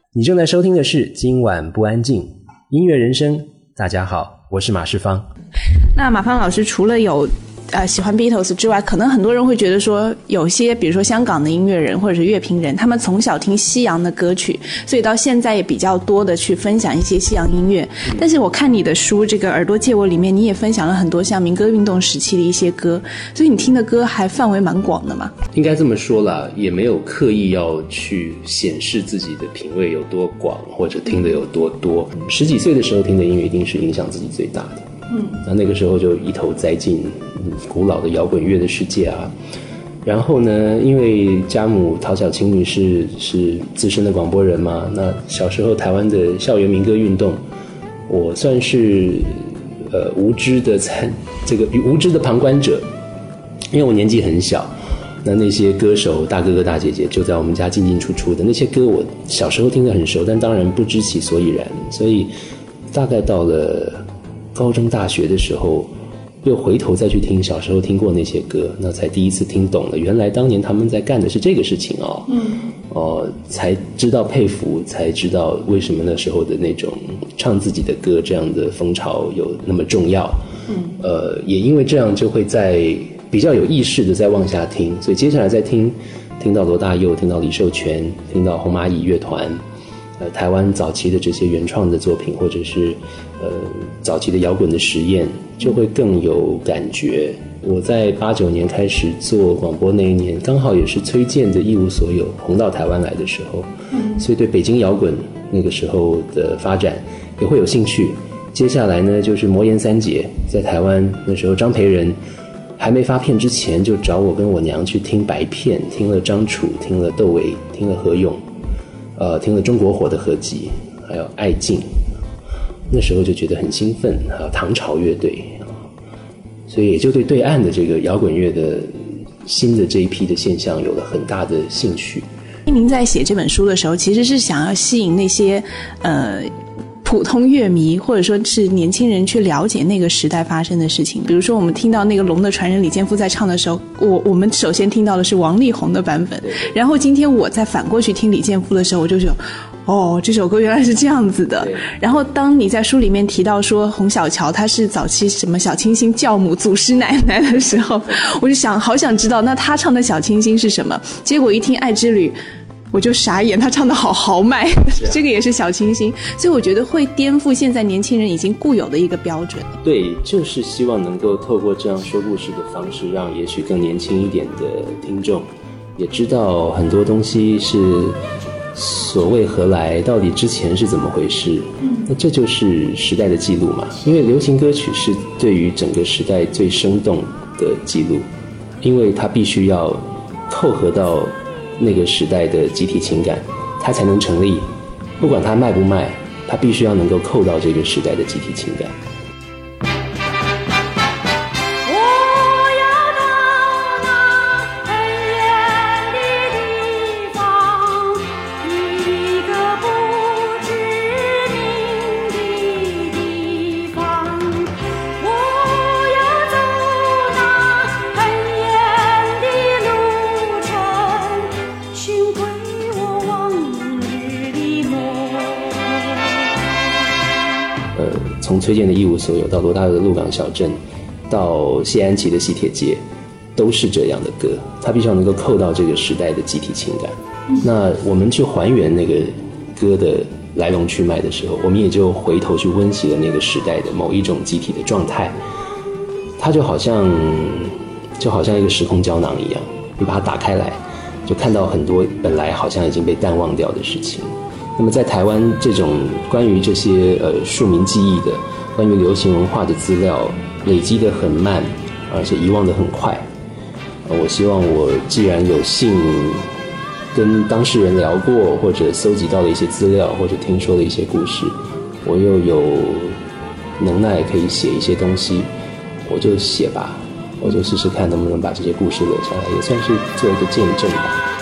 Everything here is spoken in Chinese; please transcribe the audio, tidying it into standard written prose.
你正在收听的是今晚不安静音乐人生。大家好，我是马世芳。 那马芳老师除了有喜欢 Beatles 之外，可能很多人会觉得说，有些比如说香港的音乐人或者是乐评人，他们从小听西洋的歌曲，所以到现在也比较多的去分享一些西洋音乐。但是我看你的书这个耳朵借我里面，你也分享了很多像民歌运动时期的一些歌，所以你听的歌还范围蛮广的嘛。 应该这么说啦，也没有刻意要去显示自己的品味有多广或者听的有多多。十几岁的时候听的音乐一定是影响自己最大的。那个时候就一头栽进古老的摇滚乐的世界啊。然后呢，因为家母陶小青女士是资深的广播人嘛，那小时候台湾的校园民歌运动，我算是无知的旁观者，因为我年纪很小。那些歌手大哥哥大姐姐就在我们家进进出出的，那些歌我小时候听得很熟，但当然不知其所以然。所以大概到了高中大学的时候，又回头再去听小时候听过那些歌，那才第一次听懂了，原来当年他们在干的是这个事情才知道佩服，才知道为什么那时候的那种唱自己的歌这样的风潮有那么重要。也因为这样就会在比较有意识的再往下听，所以接下来再听到罗大佑，听到李寿全，听到红蚂蚁乐团，台湾早期的这些原创的作品，或者是早期的摇滚的实验，就会更有感觉。我在89年开始做广播那一年，刚好也是崔健的一无所有红到台湾来的时候，所以对北京摇滚那个时候的发展也会有兴趣。接下来呢，就是魔岩三杰，在台湾那时候张培仁还没发片之前，就找我跟我娘去听白片，听了张楚，听了窦唯，听了何勇，听了中国火的合集，还有爱静，那时候就觉得很兴奋，还有唐朝乐队，所以也就对对岸的这个摇滚乐的新的这一批的现象有了很大的兴趣。 您在写这本书的时候，其实是想要吸引那些普通乐迷或者说是年轻人去了解那个时代发生的事情。比如说我们听到那个龙的传人李健夫在唱的时候，我们首先听到的是王力宏的版本，然后今天我再反过去听李健夫的时候，我就觉得这首歌原来是这样子的。然后当你在书里面提到说洪小乔她是早期什么小清新教母祖师奶奶的时候，我就好想知道那她唱的小清新是什么。结果一听爱之旅我就傻眼，他唱得好豪迈，这个也是小清新，所以我觉得会颠覆现在年轻人已经固有的一个标准。 对，就是希望能够透过这样说故事的方式，让也许更年轻一点的听众也知道很多东西是所谓何来，到底之前是怎么回事。那这就是时代的记录嘛，因为流行歌曲是对于整个时代最生动的记录，因为它必须要扣合到那个时代的集体情感，它才能成立。不管它卖不卖，它必须要能够扣到这个时代的集体情感。从崔健的一无所有到罗大佑的鹿港小镇，到谢安琪的喜帖街，都是这样的歌，它必须要能够扣到这个时代的集体情感。那我们去还原那个歌的来龙去脉的时候，我们也就回头去温习了那个时代的某一种集体的状态。它就好像一个时空胶囊一样，你把它打开来，就看到很多本来好像已经被淡忘掉的事情。那么在台湾，这种关于这些庶民记忆的、关于流行文化的资料累积得很慢，而且遗忘得很快。我希望我既然有幸跟当事人聊过，或者搜集到了一些资料，或者听说了一些故事，我又有能耐可以写一些东西，我就写吧，我就试试看能不能把这些故事留下来，也算是做一个见证吧。